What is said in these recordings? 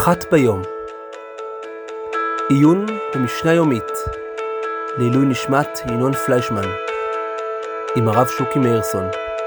אחת ביום. עיון במשנה יומית לעילוי נשמת ינון פליישמן עם הרב שוקי מאירסון.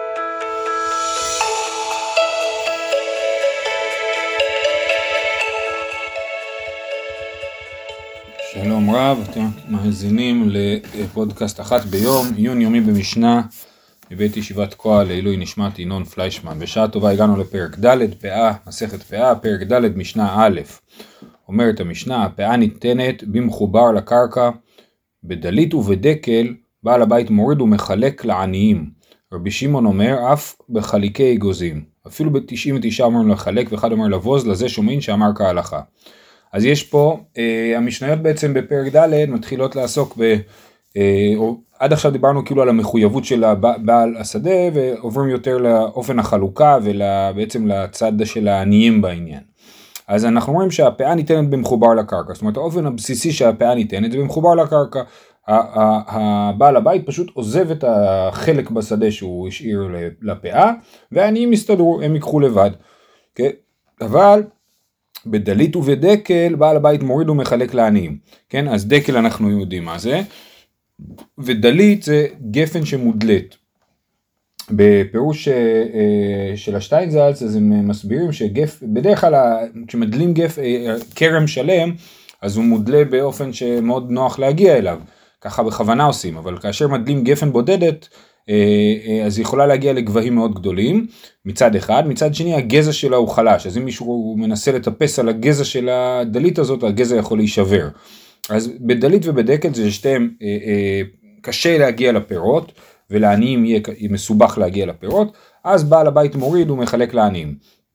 שלום רב, אתם מאזינים לפודקאסט אחת ביום, עיון יומי במשנה מבית ישיבת כהל לעילוי נשמת ינון פליישמן. בשעה טובה הגענו לפרק ד' פאה, מסכת פאה, פרק ד' משנה א'. אומרת המשנה, הפאה ניתנת במחובר לקרקע, בדלית ובדקל, בעל הבית מוריד ומחלק לעניים. רבי שמעון אומר, אף בחליקי אגוזים. אפילו ב-99 אומרים לחלק, ואחד אומר לבוז, לזה שומעים שאמר כהלכה. אז יש פה, המשניות בעצם בפרק ד' מתחילות לעסוק עד עכשיו דיברנו כאילו על המחויבות של בעל השדה, ועוברים יותר לאופן החלוקה ובעצם לצד של העניים בעניין. אז אנחנו רואים שהפאה ניתנת במחובר לקרקע, זאת אומרת האופן הבסיסי שהפאה ניתנת זה במחובר לקרקע. הבעל הבית פשוט עוזב את החלק בשדה שהוא השאיר לפאה, והעניים יסתדרו, הם ייקחו לבד. כן? אבל בדלית ובדקל בעל הבית מוריד ומחלק לעניים. כן? אז דקל אנחנו יודעים מה זה. ודלית זה גפן שמודלת. בפירוש של השטיינזלץ אז הם מסבירים שבדרך כלל כשמדלים קרם שלם אז הוא מודלה באופן שמאוד נוח להגיע אליו, ככה בכוונה עושים, אבל כאשר מדלים גפן בודדת אז היא יכולה להגיע לגבהים מאוד גדולים מצד אחד, מצד שני הגזע שלה הוא חלש, אז אם מישהו מנסה לטפס על הגזע של הדלית הזאת הגזע יכול להישבר. אז בדלית ובדקל זה שתיהם קשה להגיע לפירות, ולעניים יהיה מסובך להגיע לפירות, אז בעל הבית מוריד ומחלק לעניים.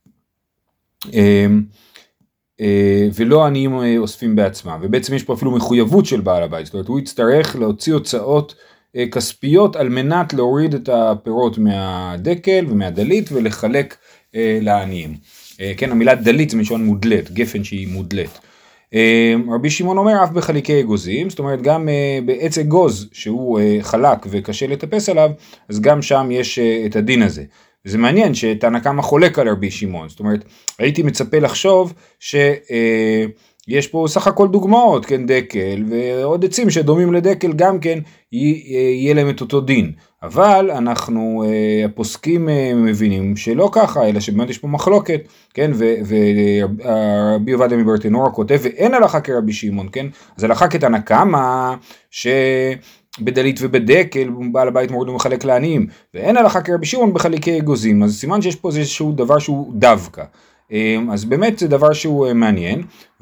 ולא עניים אוספים בעצמם, ובעצם יש פה אפילו מחויבות של בעל הבית, זאת אומרת הוא יצטרך להוציא הוצאות כספיות על מנת להוריד את הפירות מהדקל ומהדלית ולחלק לעניים. כן, המילה דלית זה מלשון מודלת, גפן שהיא מודלת. רבי שמעון אומר אף בחליקי אגוזים, זאת אומרת גם בעץ אגוז שהוא חלק וקשה לטפס עליו, אז גם שם יש את הדין הזה. זה מעניין שתנא קמא חולק על רבי שמעון, זאת אומרת הייתי מצפה לחשוב שיש פה סך הכל דוגמאות, כן, דקל ועוד עצים שדומים לדקל גם כן יהיה להם את אותו דין, אבל אנחנו הפוסקים מבינים שלא ככה, אלא שבאמת יש פה מחלוקת, כן, ורבי עובדיה מברטנורה כותב ואין הלכה כרבי שמעון, כן, אז הלכה כתנא קמא שבדלית ובדקל בעל הבית מוריד ומחלק לעניים, ואין הלכה כרבי שמעון בחליקי אגוזים, אז סימן שיש פה איזשהו דבר שהוא דווקא. אז באמת זה דבר שהוא מעניין,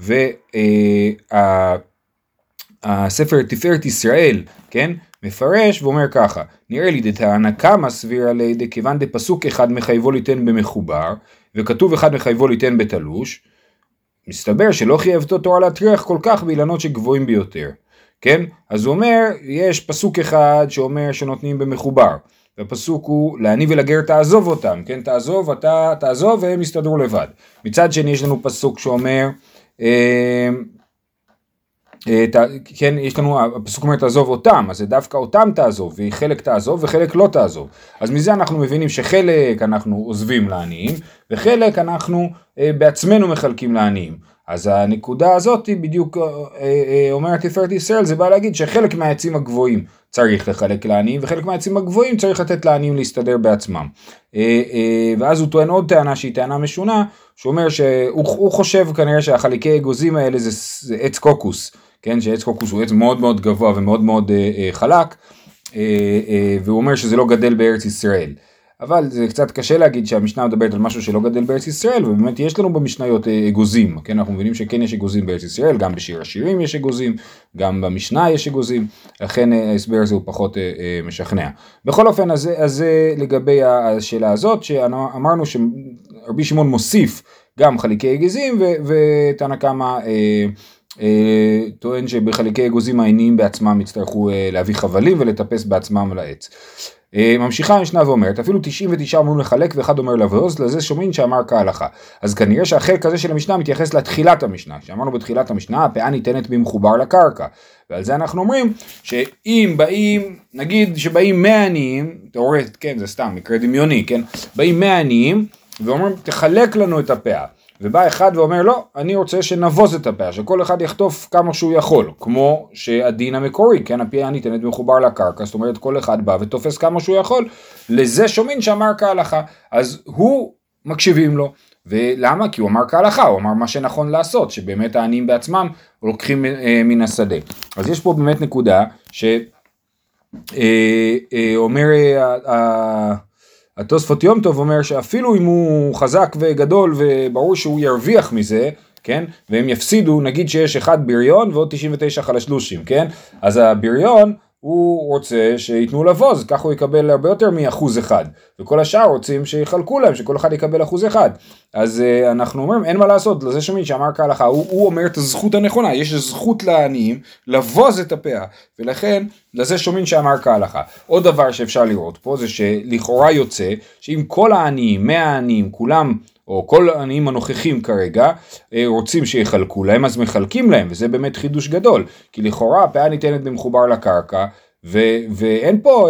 והספר תפארת ישראל, כן, מפרש ואומר ככה, נראה לי דתנא קמא סבירא ליה דכיוון דפסוק אחד מחייבו ליתן במחובר, וכתוב אחד מחייבו ליתן בתלוש, מסתבר שלא חייבתו תורה להטריח כל כך באילנות שגבוהים ביותר, כן, אז הוא אומר, יש פסוק אחד שאומר שנותנים במחובר, והפסוק הוא לעני ולגר תעזוב אותם, כן, תעזוב והם יסתדרו לבד. מצד שני יש לנו פסוק שאומר, כן, יש לנו, הפסוק אומר תעזוב אותם, אז זה דווקא אותם תעזוב, וחלק תעזוב וחלק לא תעזוב. אז מזה אנחנו מבינים שחלק אנחנו עוזבים לעניים, וחלק אנחנו בעצמנו מחלקים לעניים. אז הנקודה הזאת היא בדיוק אומרת תפארת ישראל, זה בא להגיד שחלק מהעצים הגבוהים צריך לחלק לעניים, וחלק מהעצים הגבוהים צריך לתת לעניים להסתדר בעצמם. ואז הוא טוען עוד טענה שהיא טענה משונה, שאומר שהוא חושב כנראה שהחליקי אגוזים האלה זה עץ קוקוס, כן, שעץ קוקוס הוא עץ מאוד מאוד גבוה ומאוד מאוד חלק, והוא אומר שזה לא גדל בארץ ישראל. אבל זה קצת קשה להגיד שהמשנה מדברת על משהו שלא גדל בארץ ישראל, ובאמת יש לנו במשניות אגוזים, כן, אנחנו מבינים שכן יש אגוזים בארץ ישראל, גם בשיר השירים יש אגוזים, גם במשנה יש אגוזים, לכן ההסבר הזה הוא פחות משכנע. בכל אופן, אז לגבי השאלה הזאת, שאמרנו שרבי שמעון מוסיף גם חליקי אגוזים, ותנא קמא טוען שבחליקי אגוזים העניים בעצמם יצטרכו להביא חבלים ולטפס בעצמם לעץ. ממשיכה המשנה ואומרת, אפילו 99 אומרים לחלק ואחד אומר לבוז, לזה שומעים שאמר כהלכה. אז כנראה שהחלק הזה של המשנה מתייחס לתחילת המשנה, שאמרנו בתחילת המשנה, הפאה ניתנת במחובר לקרקע, ועל זה אנחנו אומרים שאם באים, נגיד שבאים 100 עניים, תיאורטית, כן, זה סתם מקרה דמיוני, כן, באים 100 עניים ואומרים תחלק לנו את הפאה, ובא אחד ואומר לא, אני רוצה שנבוז את הפאה, שכל אחד יחטוף כמה שהוא יכול, כמו שהדין המקורי, כן, הפאה ניתנת מחובר לקרקע, זאת אומרת כל אחד בא ותופס כמה שהוא יכול, לזה שומעים שאמר כהלכה, אז הוא מקשיבים לו, ולמה? כי הוא אמר כהלכה, הוא אמר מה שנכון לעשות, שבאמת העניים בעצמם לוקחים מן השדה. אז יש פה באמת נקודה שאומר התוספות יום טוב אומר שאפילו אם הוא חזק וגדול וברור שהוא ירוויח מזה, כן? והם יפסידו, נגיד שיש אחד בריון ועוד 99 חלשלושים, כן? אז הבריון הוא רוצה שיתנו לבוז, כך הוא יקבל הרבה יותר מ1%, וכל השאר רוצים שיחלקו להם, שכל אחד יקבל 1%. אז אנחנו אומרים, אין מה לעשות, לזה שומעים שאמר כהלכה, הוא אומר את הזכות הנכונה, יש זכות לעניים לבוז את הפאה, ולכן לזה שומעים שאמר כהלכה. עוד דבר שאפשר לראות פה, זה שלכאורה יוצא, שאם כל העניים, 100 העניים, כולם, או כל העניים הנוכחים כרגע, רוצים שיחלקו להם, אז מחלקים להם, וזה באמת חידוש גדול, כי לכאורה הפאה ניתנת במחובר לקרקע, ואין פה,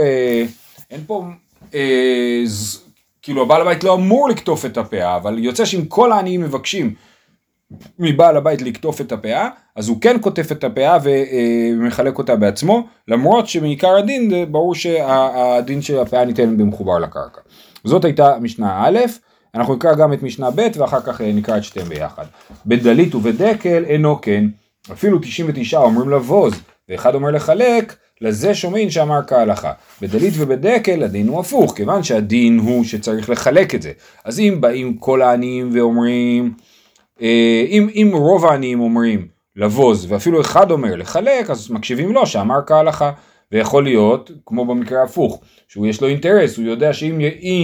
כאילו הבעל הבית לא אמור לקטוף את הפאה, אבל יוצא שאם כל העניים מבקשים מבעל הבית לקטוף את הפאה, אז הוא כן כותף את הפאה ומחלק אותה בעצמו, למרות שמעיקר הדין, ברור שהדין של הפאה ניתנת במחובר לקרקע. זאת הייתה משנה א', אנחנו נקרא גם את משנה ב' ואחר כך נקרא את שתיהם ביחד. בדלית ובדקל אינו כן, אפילו 99 אומרים לבוז, ואחד אומר לחלק, לזה שומעים שאמר כהלכה. בדלית ובדקל הדין הוא הפוך, כיוון שהדין הוא שצריך לחלק את זה. אז אם באים כל העניים ואומרים, אם רוב העניים אומרים לבוז, ואפילו אחד אומר לחלק, אז מקשיבים לו שאמר כהלכה. ויכול להיות, כמו במקרה הפוך, שהוא יש לו אינטרס, הוא יודע שאם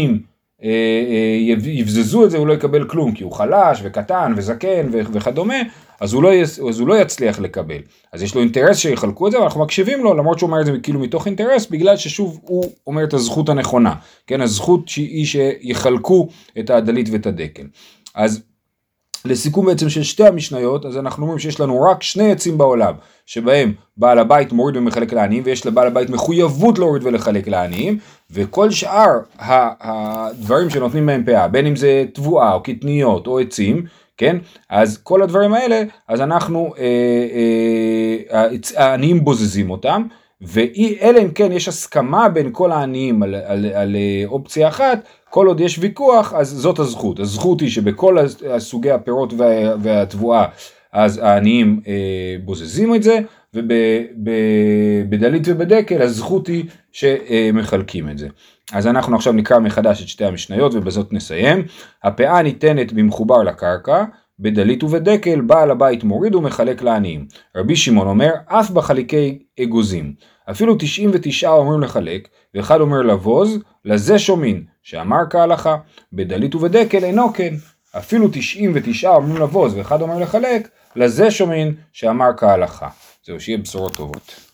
יבזזו את זה הוא לא יקבל כלום, כי הוא חלש וקטן וזקן וכדומה, אז הוא לא יצליח לקבל. אז יש לו אינטרס שיחלקו את זה, ואנחנו מקשיבים לו, למרות שהוא אומר את זה כאילו מתוך אינטרס, בגלל ששוב הוא אומר את הזכות הנכונה, כן, הזכות היא שיחלקו את הדלית ואת הדקל. אז לסיכום בעצם של שתי המשניות, אז אנחנו אומרים שיש לנו רק שני עצים בעולם, שבהם בעל הבית מוריד ומחלק לעניים, ויש לבעל הבית מחויבות להוריד ולחלק לעניים, וכל שאר הדברים שנותנים בהם פאה, בין אם זה תבואה או קטניות או עצים, כן? אז כל הדברים האלה, אז אנחנו, העניים בוזזים אותם, ואלה אם כן יש הסכמה בין כל העניים על אופציה אחת, כל עוד יש ויכוח, אז זאת הזכות. הזכות היא שבכל סוגי הפירות והתבואה, אז העניים בוזזים את זה, ובדלית ובדקל הזכות היא שמחלקים את זה. אז אנחנו עכשיו נקרא מחדש את שתי המשניות ובזאת נסיים. הפאה ניתנת במחובר לקרקע, בדלית ובדקל בעל הבית מוריד ומחלק לעניים. רבי שמעון אומר, אף בחליקי אגוזים. אפילו 99 אומרים לחלק, ואחד אומר לבוז, לזה שומעים, שאמר כהלכה. בדלית ובדקל אינו כן. אפילו 99 אומרים לבוז, ואחד אומר לחלק, לזה שומעים, שאמר כהלכה. זהו, שיהיה בשורות טובות.